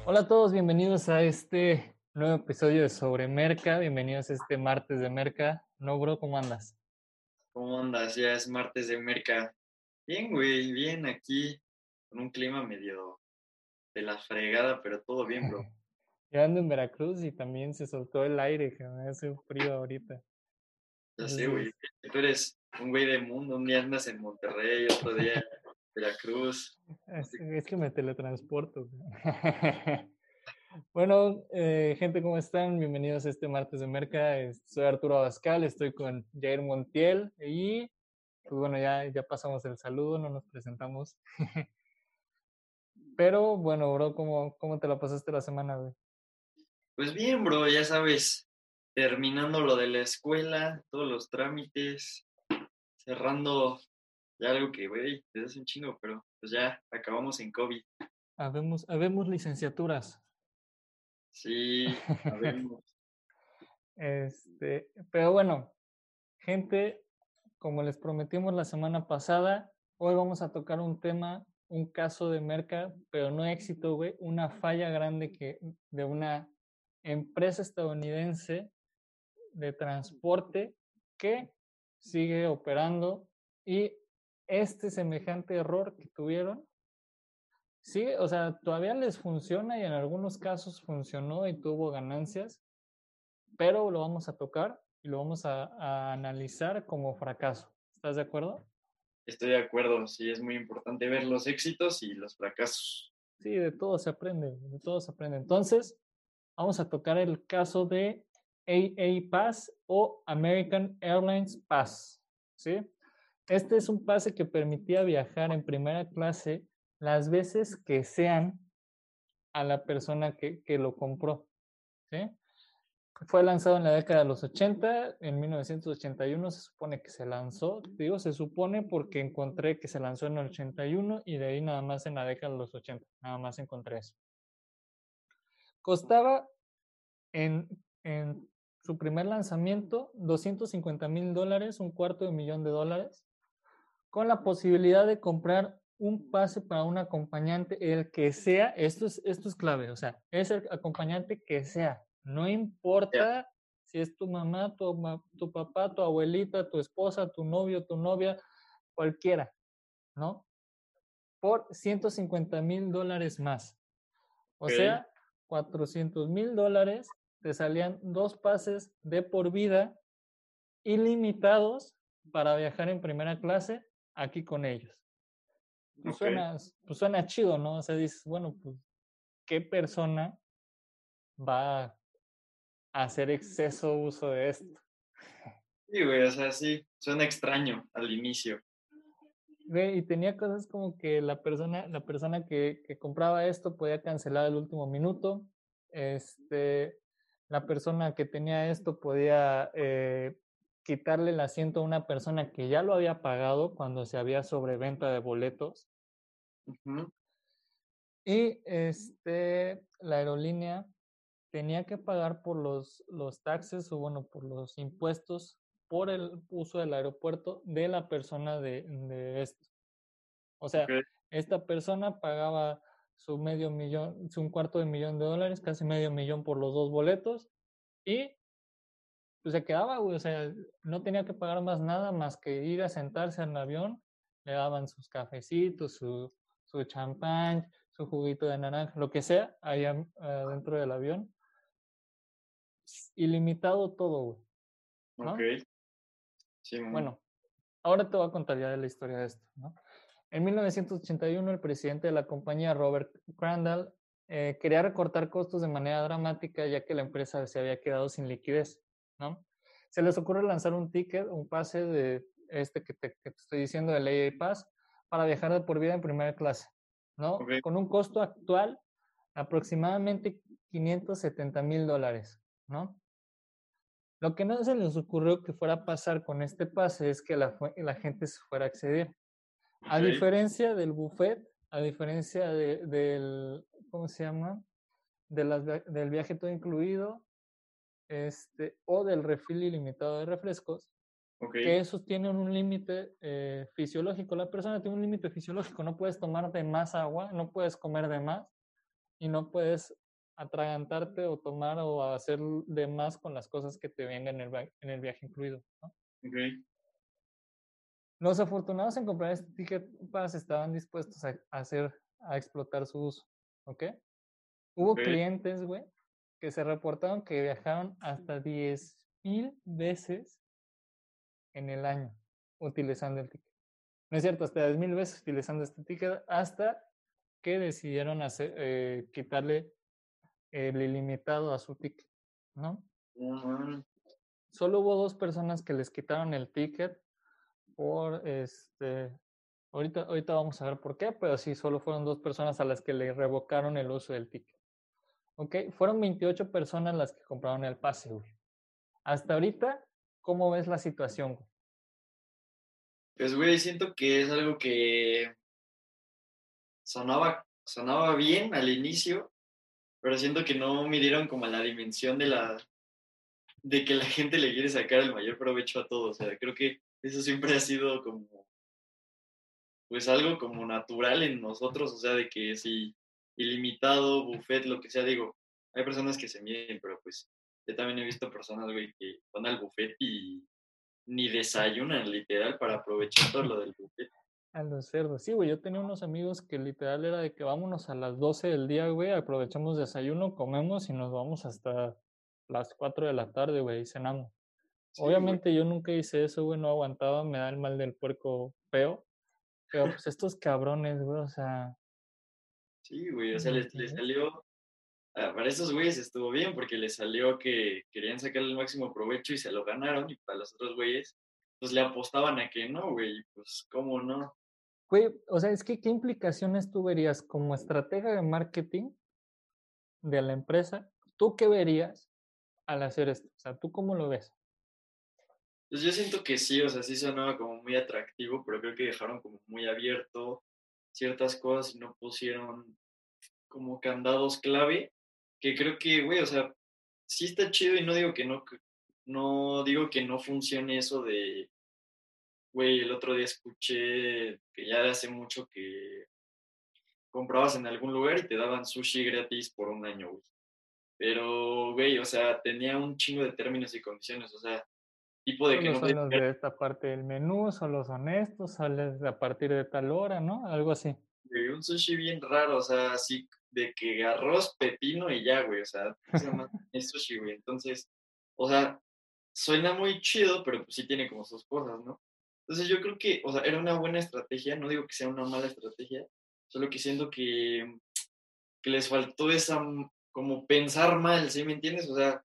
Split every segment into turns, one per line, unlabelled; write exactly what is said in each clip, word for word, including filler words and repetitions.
Hola a todos, bienvenidos a este nuevo episodio de Sobre Merca. Bienvenidos a este martes de Merca. No, bro, ¿cómo andas?
¿Cómo andas? Ya es martes de merca. Bien, güey, bien aquí, con un clima medio de la fregada, pero todo bien, bro.
Yo ando en Veracruz y también se soltó el aire, que me hace frío ahorita.
Ya sé, güey,
Entonces,
tú eres un güey de mundo, un día andas en Monterrey, otro día en Veracruz. No
es,
sé.
es que me teletransporto. Bueno, eh, gente, ¿cómo están? Bienvenidos a este martes de Merca. Eh, Soy Arturo Abascal, estoy con Jair Montiel y, pues bueno, ya, ya pasamos el saludo, no nos presentamos. Pero bueno, bro, ¿cómo, cómo te la pasaste la semana, güey?
Pues bien, bro, ya sabes, terminando lo de la escuela, todos los trámites, cerrando ya algo que, güey, desde hace un chingo, pero pues ya acabamos en COVID.
Habemos, habemos licenciaturas.
Sí, sabemos.
Este, pero bueno, gente, como les prometimos la semana pasada, hoy vamos a tocar un tema, un caso de merca, pero no éxito, güey, una falla grande que de una empresa estadounidense de transporte que sigue operando y este semejante error que tuvieron sí, o sea, todavía les funciona y en algunos casos funcionó y tuvo ganancias, pero lo vamos a tocar y lo vamos a, a analizar como fracaso. ¿Estás de acuerdo?
Estoy de acuerdo, sí, es muy importante ver los éxitos y los fracasos.
Sí, de todo se aprende, de todo se aprende. Entonces, vamos a tocar el caso de A A Pass o American Airlines Pass. ¿Sí? Este es un pase que permitía viajar en primera clase las veces que sean a la persona que, que lo compró. ¿Sí? Fue lanzado en la década de los ochenta, en mil novecientos ochenta y uno se supone que se lanzó, digo se supone porque encontré que se lanzó en el ochenta y uno y de ahí nada más en la década de los ochenta, nada más encontré eso. Costaba en, en su primer lanzamiento doscientos cincuenta mil dólares, un cuarto de millón de dólares, con la posibilidad de comprar un pase para un acompañante, el que sea, esto es, esto es clave, o sea, es el acompañante que sea, no
Ya,
importa si es tu mamá, tu, tu papá, tu abuelita, tu esposa, tu novio, tu novia, cualquiera, ¿no? Por ciento cincuenta mil dólares más. O
ok,
sea, cuatrocientos mil dólares te salían dos pases de por vida ilimitados para viajar en primera clase aquí con ellos. Pues
ok.
suena, pues suena chido, ¿no? O sea, dices, bueno, pues, ¿qué persona va a hacer exceso uso de esto?
Sí, güey, o sea, sí, suena extraño al inicio.
Ve, y tenía cosas como que la persona, la persona que, que compraba esto podía cancelar el último minuto. Este, la persona que tenía esto podía eh, quitarle el asiento a una persona que ya lo había pagado cuando se había sobreventa de boletos.
Ujú,
Y este, la aerolínea tenía que pagar por los, los taxes o bueno, por los impuestos por el uso del aeropuerto de la persona de, de esto. O
ok,
sea, esta persona pagaba su medio millón, su un cuarto de millón de dólares, casi medio millón por los dos boletos y pues se quedaba, güey, o sea, no tenía que pagar más nada más que ir a sentarse en el avión, le daban sus cafecitos, su, su champán, su juguito de naranja, lo que sea, allá uh, dentro del avión, ilimitado todo, güey,
ok,
¿no?
sí, mon,
Bueno, ahora te voy a contar ya de la historia de esto, ¿no? En mil novecientos ochenta y uno, el presidente de la compañía, Robert Crandall, eh, quería recortar costos de manera dramática ya que la empresa se había quedado sin liquidez, ¿no? Se les ocurre lanzar un ticket, un pase de este que te, que te estoy diciendo, del A A Pass, para viajar de por vida en primera clase, ¿no?
ok,
Con un costo actual aproximadamente quinientos setenta mil dólares, ¿no? Lo que no se les ocurrió que fuera a pasar con este pase es que la, la gente se fuera a acceder. A
ok,
diferencia del buffet, a diferencia de, del, ¿cómo se llama? De las, del viaje todo incluido, este, o del refil ilimitado de refrescos,
ok,
que esos tienen un límite eh, fisiológico. La persona tiene un límite fisiológico, no puedes tomar de más agua, no puedes comer de más, y no puedes atragantarte o tomar o hacer de más con las cosas que te vengan en el, en el viaje incluido, ¿no?
Ok.
Los afortunados en comprar este ticket pass estaban dispuestos a, a hacer, a explotar su uso, ¿ok? Hubo
Ok.
clientes, güey, que se reportaron que viajaron hasta diez mil veces en el año utilizando el ticket. No es cierto, hasta diez mil veces utilizando este ticket hasta que decidieron hacer, eh, quitarle el ilimitado a su ticket, ¿no?
Uh-huh.
Solo hubo dos personas que les quitaron el ticket por este. Ahorita, ahorita vamos a ver por qué, pero sí, solo fueron dos personas a las que le revocaron el uso del ticket. ¿Ok? Fueron veintiocho personas las que compraron el pase, güey. Hasta ahorita, ¿cómo ves la situación, güey?
Pues, güey, siento que es algo que sonaba, sonaba bien al inicio, pero siento que no midieron como la dimensión de la de que la gente le quiere sacar el mayor provecho a todo. O sea, creo que eso siempre ha sido como, pues algo como natural en nosotros, o sea, de que si ilimitado, buffet, lo que sea, digo, hay personas que se miden, pero pues yo también he visto personas, güey, que van al buffet y ni desayunan, literal, para aprovechar todo lo del buffet.
A los cerdos. Sí, güey, yo tenía unos amigos que literal era de que vámonos a las doce del día, güey, aprovechamos desayuno, comemos y nos vamos hasta las cuatro de la tarde, güey, y cenamos.
Sí, güey.
Obviamente yo nunca hice eso, güey, no aguantaba, me da el mal del puerco feo, pero pues estos cabrones, güey, o sea,
Sí, güey, o sea,
¿me
les, les
entiendes?
salió, ah, para esos güeyes estuvo bien, porque les salió que querían sacarle el máximo provecho y se lo ganaron, y para los otros güeyes, pues le apostaban a que no, güey, pues cómo no.
Güey, o sea, es que ¿qué implicaciones tú verías como estratega de marketing de la empresa? ¿Tú qué verías al hacer esto? O sea, ¿tú cómo lo ves?
Pues yo siento que sí, o sea, sí sonaba como muy atractivo, pero creo que dejaron como muy abierto ciertas cosas y no pusieron como candados clave, que creo que, güey, o sea, sí está chido y no digo que no, que- no digo que no funcione eso de, güey, el otro día escuché que ya de hace mucho que comprabas en algún lugar y te daban sushi gratis por un año, güey. Pero, güey, o sea, tenía un chingo de términos y condiciones, o sea, tipo de que
Solo
no
son
podías
los de esta parte del menú, solo son estos, sales a partir de tal hora, ¿no? Algo así.
güey, un sushi bien raro, o sea, así de que arroz, pepino y ya, güey, o sea, eso más es sushi, güey. Entonces, o sea, suena muy chido, pero pues sí tiene como sus cosas, ¿no? Entonces yo creo que, o sea, era una buena estrategia, no digo que sea una mala estrategia, solo que siento que, que les faltó esa, mm, como pensar mal, ¿sí me entiendes? O sea,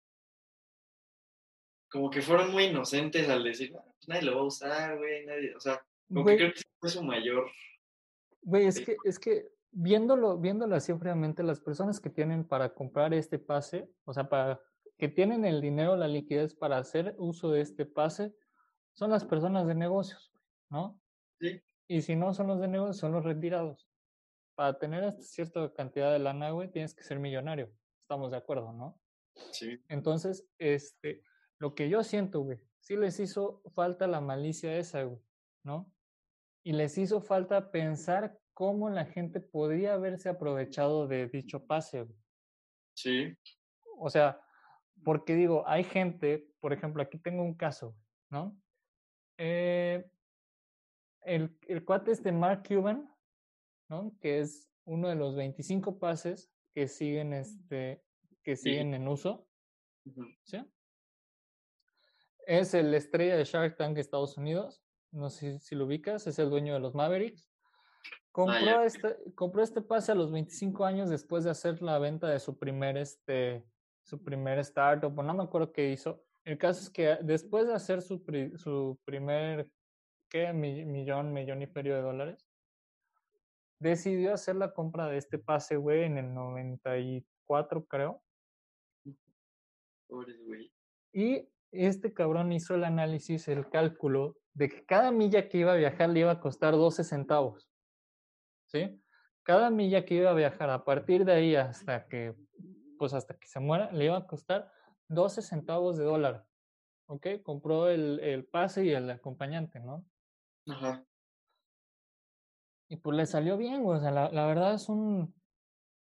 como que fueron muy inocentes al decir, "Ah, pues nadie lo va a usar, güey, nadie", o sea, como que
Güey,
creo que ese fue su mayor.
güey, es
eh,
que, es que viéndolo, viéndolo así fríamente, las personas que tienen para comprar este pase, o sea, para que tienen el dinero, la liquidez para hacer uso de este pase, son las personas de negocios, ¿no?
sí,
Y si no son los de negocios, son los retirados. Para tener esta cierta cantidad de lana, güey, tienes que ser millonario. Estamos de acuerdo, ¿no?
sí,
Entonces, este, lo que yo siento, güey, sí les hizo falta la malicia esa, güey, ¿no? Y les hizo falta pensar cómo la gente podría haberse aprovechado de dicho pase, güey.
sí,
O sea, porque digo, hay gente, por ejemplo, aquí tengo un caso, ¿no? Eh, el, el cuate este Mark Cuban, ¿no? Que es uno de los veinticinco pases que siguen, este, que
sí,
siguen en uso,
ujú,
¿sí? Es el estrella de Shark Tank de Estados Unidos. No sé si lo ubicas, es el dueño de los Mavericks.
ah, ya,
Compró este, compró este pase a los veinticinco años después de hacer la venta de su primer, este, su primer startup, o no me acuerdo qué hizo. El caso es que después de hacer su, pri, su primer, ¿qué? Millón, millón y feria de dólares, decidió hacer la compra de este pase, güey, en el noventa y cuatro, creo.
pobres, güey,
Y este cabrón hizo el análisis, el cálculo de que cada milla que iba a viajar le iba a costar doce centavos, ¿sí? Cada milla que iba a viajar a partir de ahí hasta que, pues hasta que se muera, le iba a costar doce centavos de dólar, ¿ok? Compró el, el pase y el acompañante, ¿no?
ajá,
Y pues le salió bien, güey, o sea, la, la verdad es un,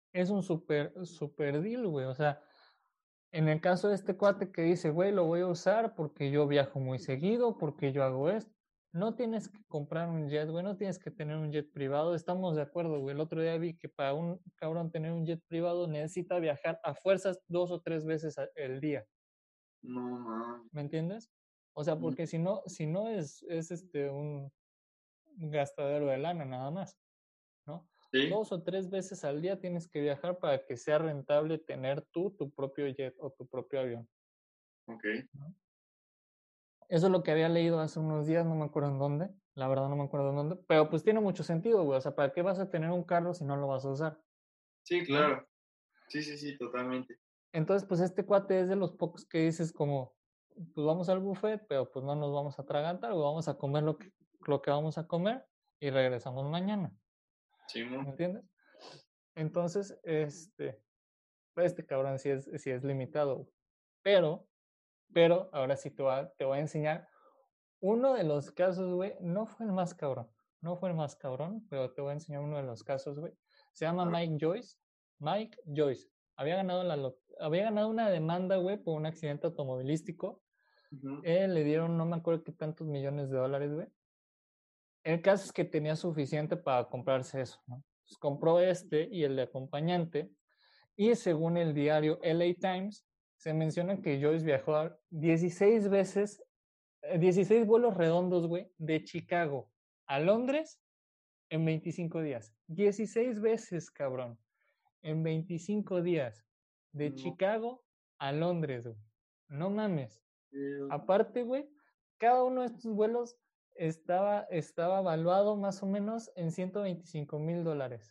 es un super, super deal, güey. O sea, en el caso de este cuate que dice, güey, lo voy a usar porque yo viajo muy seguido, porque yo hago esto. No tienes que comprar un jet, güey, no tienes que tener un jet privado. Estamos de acuerdo, güey. El otro día vi que para un cabrón tener un jet privado necesita viajar a fuerzas dos o tres veces al día.
No, man.
¿Me entiendes? O sea, porque si no, si no es, es este un gastadero de lana nada más, ¿no?
Sí,
Dos o tres veces al día tienes que viajar para que sea rentable tener tú tu propio jet o tu propio avión,
ok.
¿no? Eso es lo que había leído hace unos días, no me acuerdo en dónde, la verdad no me acuerdo en dónde, pero pues tiene mucho sentido, güey. O sea, ¿para qué vas a tener un carro si no lo vas a usar?
Sí,
¿No?
claro. Sí, sí, sí, totalmente.
Entonces, pues este cuate es de los pocos que dices como, pues vamos al buffet, pero pues no nos vamos a atragantar, güey, vamos a comer lo que, lo que vamos a comer y regresamos mañana, ¿me
Simón.
entiendes? Entonces, este, este cabrón sí es, sí es limitado, güey. Pero, pero, ahora sí te voy, a, te voy a enseñar uno de los casos, güey, no fue el más cabrón, no fue el más cabrón, pero te voy a enseñar uno de los casos, güey. Se llama
A ver.
Mike Joyce. Mike Joyce. Había ganado, la, había ganado una demanda, güey, por un accidente automovilístico.
Ujú.
Eh, le dieron no me acuerdo qué tantos millones de dólares, güey. El caso es que tenía suficiente para comprarse eso, ¿no? Entonces, compró este y el de acompañante. Y según el diario L A Times, se menciona que Joyce viajó dieciséis veces dieciséis vuelos redondos, güey, de Chicago a Londres en veinticinco días. dieciséis veces, cabrón, en veinticinco días. De
No,
Chicago a Londres, güey. No mames.
pero,
Aparte, güey, cada uno de estos vuelos estaba, estaba evaluado más o menos en ciento veinticinco mil dólares.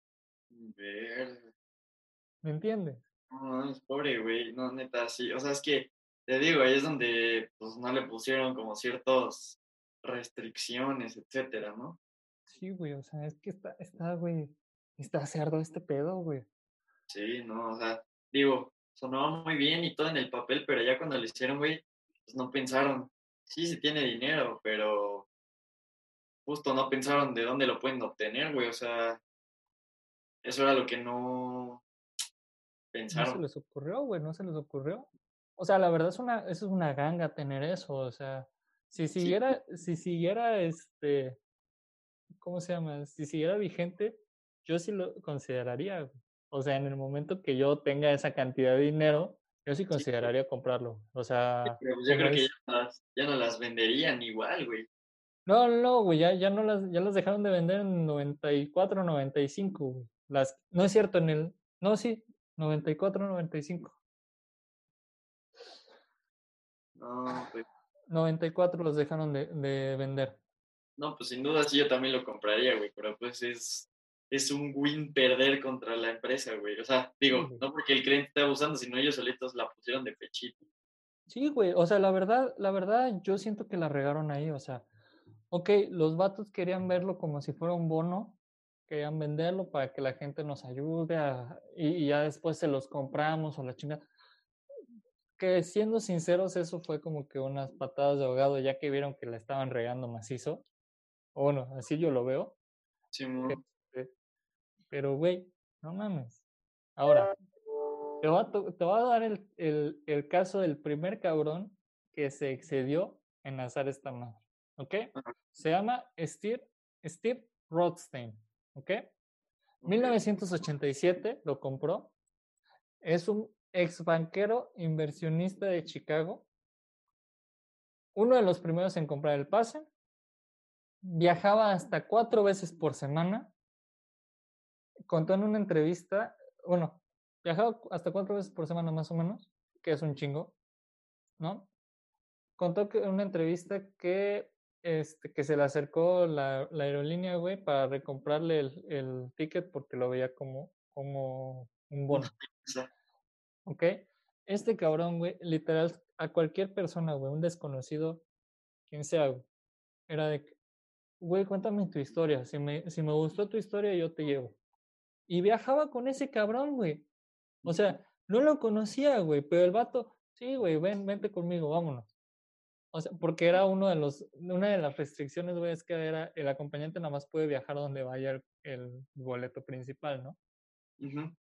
verga.
¿Me entiendes?
No, es pobre, güey. No, neta, sí. O sea, es que, te digo, ahí es donde, pues, no le pusieron como ciertas restricciones, etcétera, ¿no?
Sí, güey, o sea, es que está, está, güey, está cerdo este pedo, güey.
Sí, no, o sea, digo, sonaba muy bien y todo en el papel, pero ya cuando lo hicieron, güey, pues no pensaron. Sí, sí tiene dinero, pero justo no pensaron de dónde lo pueden obtener, güey. O sea, eso era lo que no
No se
pensaron.
les ocurrió, güey, no se les ocurrió. O sea, la verdad es una, eso es una ganga tener eso. O sea, si
Sí,
siguiera, si siguiera, este, ¿cómo se llama? Si siguiera vigente, yo sí lo consideraría, güey. O sea, en el momento que yo tenga esa cantidad de dinero, yo sí
sí, güey.
consideraría comprarlo. O sea,
Pero pues yo
como
creo que ya
es.
no las, ya no las venderían igual, güey.
No, no, no, güey, ya, ya no las, ya las dejaron de vender en noventa y cuatro, noventa y cinco, güey. Las, no es cierto, en el, no, sí, noventa y cuatro, noventa y cinco.
No, pues,
noventa y cuatro los dejaron de, de vender.
no, pues sin duda sí yo también lo compraría, güey, pero pues es, es un win perder contra la empresa, güey. O sea,
Sí,
digo,
güey.
no porque el cliente esté abusando, sino ellos solitos la pusieron de pechito.
Sí, güey. O sea, la verdad, la verdad, yo siento que la regaron ahí. O sea, ok, los vatos querían verlo como si fuera un bono, querían venderlo para que la gente nos ayude a, y, y ya después se los compramos o la chingada. Que siendo sinceros, eso fue como que unas patadas de ahogado, ya que vieron que la estaban regando macizo. O bueno, así yo lo veo.
Simón.
Este, pero, güey, no mames. Ahora, Te voy a, to- te voy a dar el, el, el caso del primer cabrón que se excedió en hacer esta madre. ¿Ok?
Ajá,
Se llama Steve, Steve Rothstein. ¿Ok?
ok.
mil novecientos ochenta y siete lo compró. Es un ex banquero inversionista de Chicago. Uno de los primeros en comprar el pase. Viajaba hasta cuatro veces por semana. Contó en una entrevista, bueno, viajaba hasta cuatro veces por semana más o menos, que es un chingo, ¿no? Contó que en una entrevista que, este, que se le acercó la, la aerolínea, güey, para recomprarle el, el ticket porque lo veía como, como un
Una
bono,
pizza.
¿ok? Este cabrón, güey, literal, a cualquier persona, güey, un desconocido, quien sea, güey, era de, que, güey, cuéntame tu historia, si me, si me gustó tu historia, yo te llevo. Y viajaba con ese cabrón, güey. O sea, no lo conocía, güey, pero el vato, sí, güey, ven, vente conmigo, vámonos. O sea, porque era uno de los, una de las restricciones, güey, es que era el acompañante nada más puede viajar donde vaya el, el boleto principal, ¿no?
Ujú.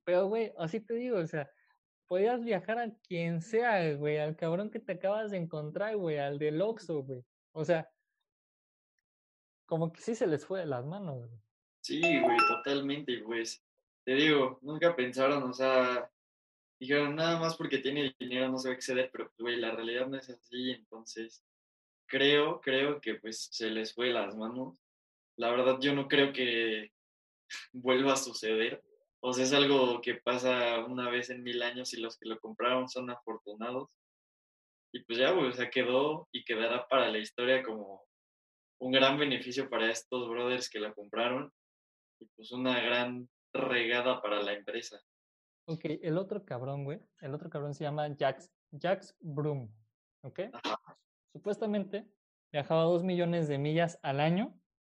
Pero, güey, así te digo, o sea, podías viajar a quien sea, güey, al cabrón que te acabas de encontrar, güey, al del Oxxo, güey. O sea, como que sí se les fue de las manos, güey.
Sí, güey, totalmente, y pues, te digo, nunca pensaron, o sea, dijeron nada más porque tiene dinero no se va a exceder, pero, pues, güey, la realidad no es así, entonces, creo, creo que, pues, se les fue de las manos. La verdad, yo no creo que vuelva a suceder. O sea, es algo que pasa una vez en mil años y los que lo compraron son afortunados. Y pues ya, güey, o sea, quedó y quedará para la historia como un gran beneficio para estos brothers que la compraron y pues una gran regada para la empresa.
Ok, el otro cabrón, güey, el otro cabrón se llama Jax, Jax Broom, ¿ok?
Ajá.
Supuestamente viajaba dos millones de millas al año.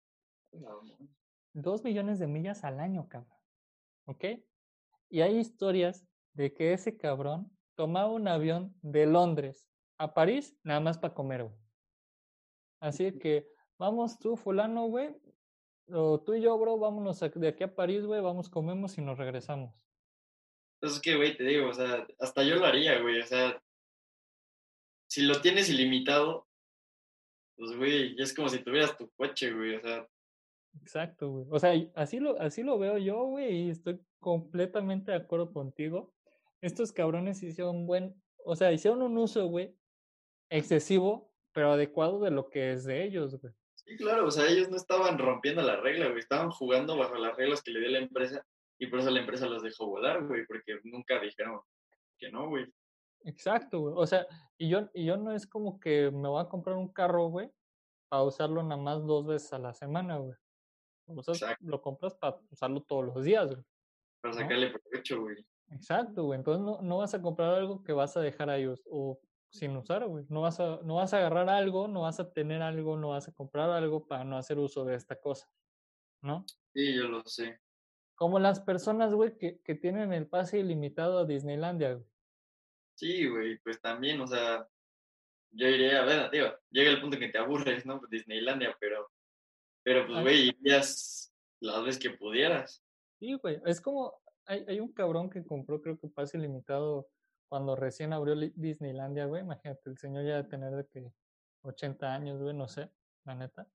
Dos millones de millas al año, cabrón, ¿ok? Y hay historias de que ese cabrón tomaba un avión de Londres a París nada más para comer, güey. Así que vamos tú, fulano, güey, o tú y yo, bro, vámonos de aquí a París, güey, vamos, comemos y nos regresamos.
Entonces, que, güey, te digo, o sea, hasta yo lo haría, güey, o sea, si lo tienes ilimitado, pues, güey, ya es como si tuvieras tu coche, güey, o sea.
Exacto, güey. O sea, así lo, así lo veo yo, güey, y estoy completamente de acuerdo contigo. Estos cabrones hicieron buen, o sea, hicieron un uso, güey, excesivo, pero adecuado de lo que es de ellos, güey.
Sí, claro, o sea, ellos no estaban rompiendo la regla, güey, estaban jugando bajo las reglas que le dio la empresa y por eso la empresa los dejó volar, güey, porque nunca dijeron que no, güey.
Exacto, güey. O sea, y yo, y yo no es como que me voy a comprar un carro, güey, para usarlo nada más dos veces a la semana, güey. O sea,
Exacto,
lo compras para usarlo todos los días, güey,
para
¿no?
sacarle provecho, güey.
Exacto, güey. Entonces no, no vas a comprar algo que vas a dejar ahí us- o sin usar, güey. No vas a, no vas a agarrar algo, no vas a tener algo, no vas a comprar algo para no hacer uso de esta cosa, ¿no?
Sí, yo lo sé.
Como las personas, güey, que, que tienen el pase ilimitado a Disneylandia, güey.
Sí, güey, pues también, o sea, yo iría, a ver, tío, llega el punto que te aburres, ¿no? Pues Disneylandia, pero, pero pues,
Ah,
güey, irías las veces que pudieras.
sí, güey. Es como, hay, hay un cabrón que compró, creo que pase ilimitado cuando recién abrió li- Disneylandia, güey. Imagínate, el señor ya de tener de que ochenta años, güey, no sé, la neta.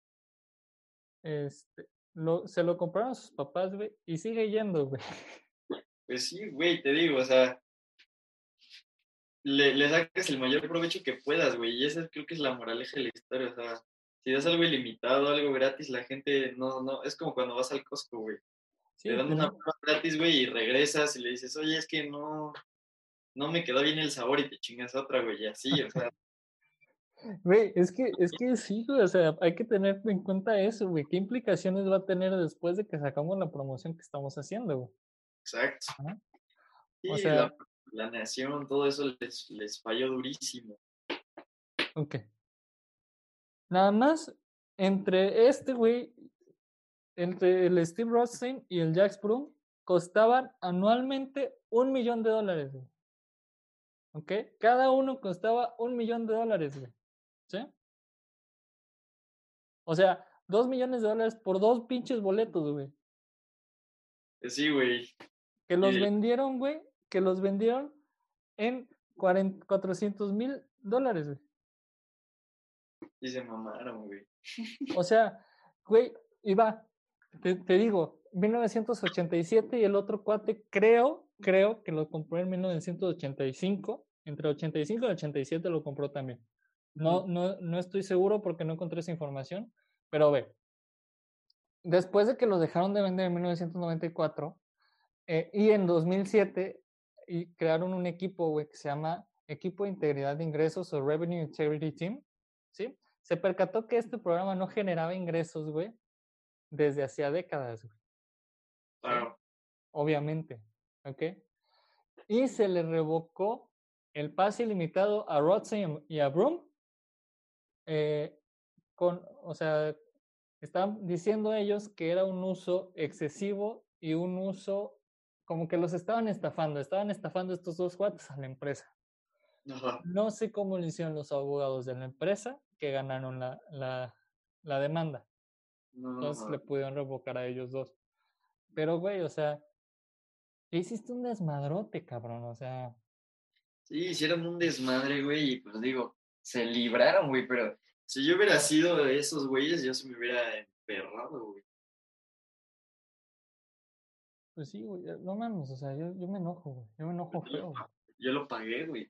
Este, lo, se lo compraron a sus papás, güey, y sigue yendo, güey.
Pues sí, güey, te digo, o sea, le, le sacas el mayor provecho que puedas, güey. Y esa creo que es la moraleja de la historia. O sea, si das algo ilimitado, algo gratis, la gente no, no, es como cuando vas al Costco, güey. Te
Sí,
dan
pues
una
no.
prueba gratis, güey, y regresas y le dices, oye, es que no, no me quedó bien el sabor y te chingas otra, güey, y así, o sea,
Güey, es que, es que sí, güey, o sea, hay que tener en cuenta eso, güey. ¿Qué implicaciones va a tener después de que sacamos la promoción que estamos haciendo, güey?
exacto.
Ajá. O
Sí, la
sea,
planeación, todo eso les, les falló durísimo.
ok. Nada más entre este, güey, entre el Steve Rothstein y el Jack Sprung, costaban anualmente un millón de dólares, güey. ¿Ok? Cada uno costaba un millón de dólares, güey. ¿Sí? O sea, dos millones de dólares por dos pinches boletos, güey.
Pues sí, güey.
Que los
Y,
vendieron, güey, que los vendieron en cuatrocientos mil dólares, güey.
y se mamaron, güey.
O sea, güey, iba, te, te digo, mil novecientos ochenta y siete y el otro cuate, creo, creo que lo compró en mil novecientos ochenta y cinco, entre ochenta y cinco y ochenta y siete lo compró también. No,
Ujú.
no, no estoy seguro porque no encontré esa información, pero ve, después de que los dejaron de vender en mil novecientos noventa y cuatro eh, y en dos mil siete y crearon un equipo, güey, que se llama Equipo de Integridad de Ingresos o Revenue Integrity Team, ¿sí? Se percató que este programa no generaba ingresos, güey, desde hacía décadas, güey, ¿sí?
Claro.
Obviamente, ¿ok? Y se le revocó el pase ilimitado a Rothstein y a Broom, eh, con, o sea, están diciendo ellos que era un uso excesivo y un uso como que los estaban estafando, estaban estafando estos dos cuates a la empresa.
Ajá.
No sé cómo lo hicieron los abogados de la empresa que ganaron la, la, la demanda.
No,
Entonces
no,
le pudieron revocar a ellos dos. Pero, güey, o sea, hiciste un desmadrote, cabrón, o sea.
Sí, hicieron un desmadre, güey, y pues digo, se libraron, güey, pero si yo hubiera sido de esos güeyes, yo se me hubiera emperrado, güey.
Pues sí, güey, eh, no mames, o sea, yo, yo me enojo, güey, yo me enojo
Pues yo, lo
feo, güey.
pa- yo lo pagué, güey.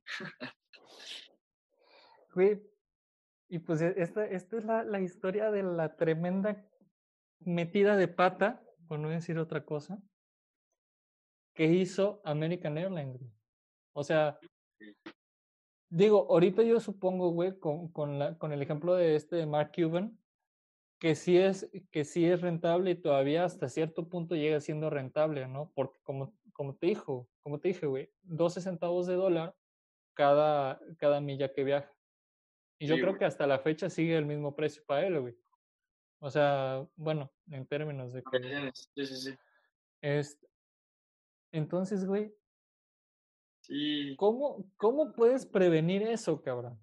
Güey, y pues e- esta, esta es la, la historia de la tremenda metida de pata, por no decir otra cosa, que hizo American Airlines, güey. O sea, digo, ahorita yo supongo, güey, con, con, la, con el ejemplo de este de Mark Cuban, que sí es, que sí es rentable y todavía hasta cierto punto llega siendo rentable, ¿no? Porque como, como te dijo, como te dije, güey, doce centavos de dólar cada, cada milla que viaja. Y yo
Sí,
creo
güey.
que hasta la fecha sigue el mismo precio para él, güey. O sea, bueno, en términos de que
Conversiones. Sí, sí, sí.
es... Entonces, güey,
Sí,
¿cómo, cómo puedes prevenir eso, cabrón?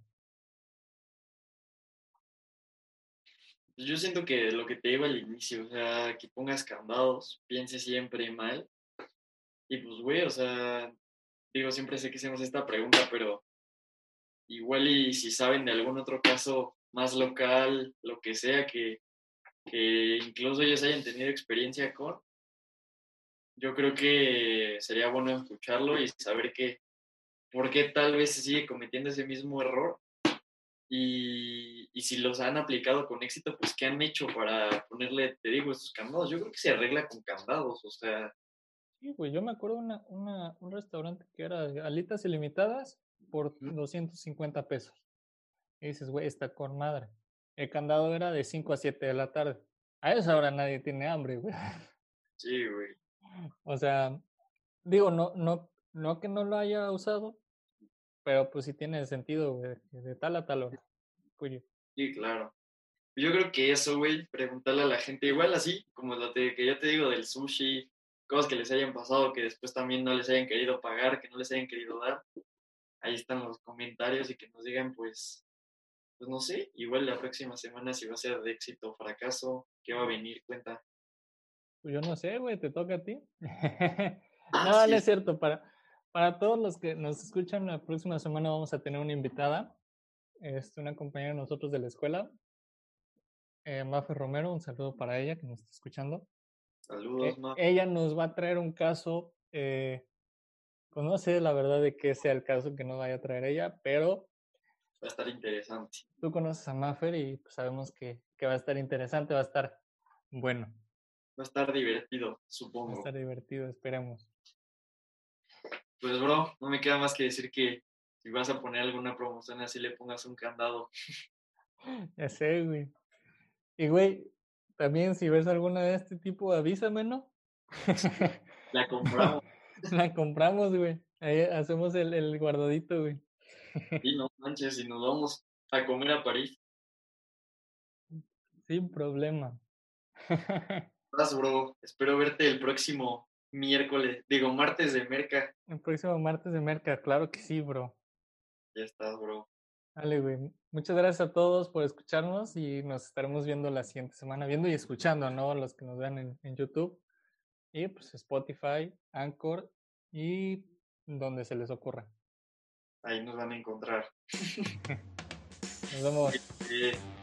pues yo siento que lo que te digo al inicio, o sea, que pongas candados, piense siempre mal. Y pues, güey, o sea, digo, siempre sé que hacemos esta pregunta, pero igual y si saben de algún otro caso más local, lo que sea, que, que incluso ellos hayan tenido experiencia con, yo creo que sería bueno escucharlo y saber que por qué tal vez se sigue cometiendo ese mismo error y, y si los han aplicado con éxito, pues qué han hecho para ponerle, te digo, estos candados. Yo creo que se arregla con candados, o sea,
Sí, güey, yo me acuerdo una, una, un restaurante que era de alitas ilimitadas por doscientos cincuenta pesos. Y dices, güey, está con madre. El candado era de cinco a siete de la tarde. A esa hora nadie tiene hambre, güey.
sí, güey,
O sea, digo, no, no, no que no lo haya usado, pero pues sí tiene sentido, güey, de, de tal a tal hora. Cuyo.
sí, claro. Yo creo que eso, güey, preguntarle a la gente, igual así, como lo te- que yo te digo del sushi, cosas que les hayan pasado, que después también no les hayan querido pagar, que no les hayan querido dar, ahí están los comentarios y que nos digan, pues, pues no sé, igual la próxima semana si va a ser de éxito o fracaso, qué va a venir, cuenta.
Pues yo no sé, güey, te toca a ti.
Ah,
No,
sí,
no es
es
cierto. Para, para todos los que nos escuchan, la próxima semana vamos a tener una invitada, este, una compañera de nosotros de la escuela, eh, Mafe Romero, un saludo para ella que nos está escuchando.
saludos,
Eh,
ma, va
ella nos va a traer un caso, eh, pues no sé la verdad de qué sea el caso que nos vaya a traer ella, pero
a estar interesante,
tú conoces a Mafer y pues, sabemos que, que va a estar interesante, va a estar bueno,
va a estar divertido,
va a
supongo.
estar divertido, esperemos.
Pues, bro, no me queda más que decir que si vas a poner alguna promoción así, le pongas un candado.
Ya sé, güey. Y güey, también si ves alguna de este tipo, avísame, ¿no?
La compramos.
La compramos, güey. Ahí hacemos el, el guardadito, güey.
Y no manches, y nos vamos a comer a París.
Sin problema.
Vas, bro. Espero verte el próximo miércoles, digo, martes de Merca.
El próximo martes de Merca, claro que sí, bro.
Ya estás, bro.
Dale, güey. Muchas gracias a todos por escucharnos y nos estaremos viendo la siguiente semana, viendo y escuchando, ¿no? Los que nos vean en, en YouTube y pues Spotify, Anchor y donde se les ocurra.
Ahí nos van a encontrar.
Nos vemos.
Eh,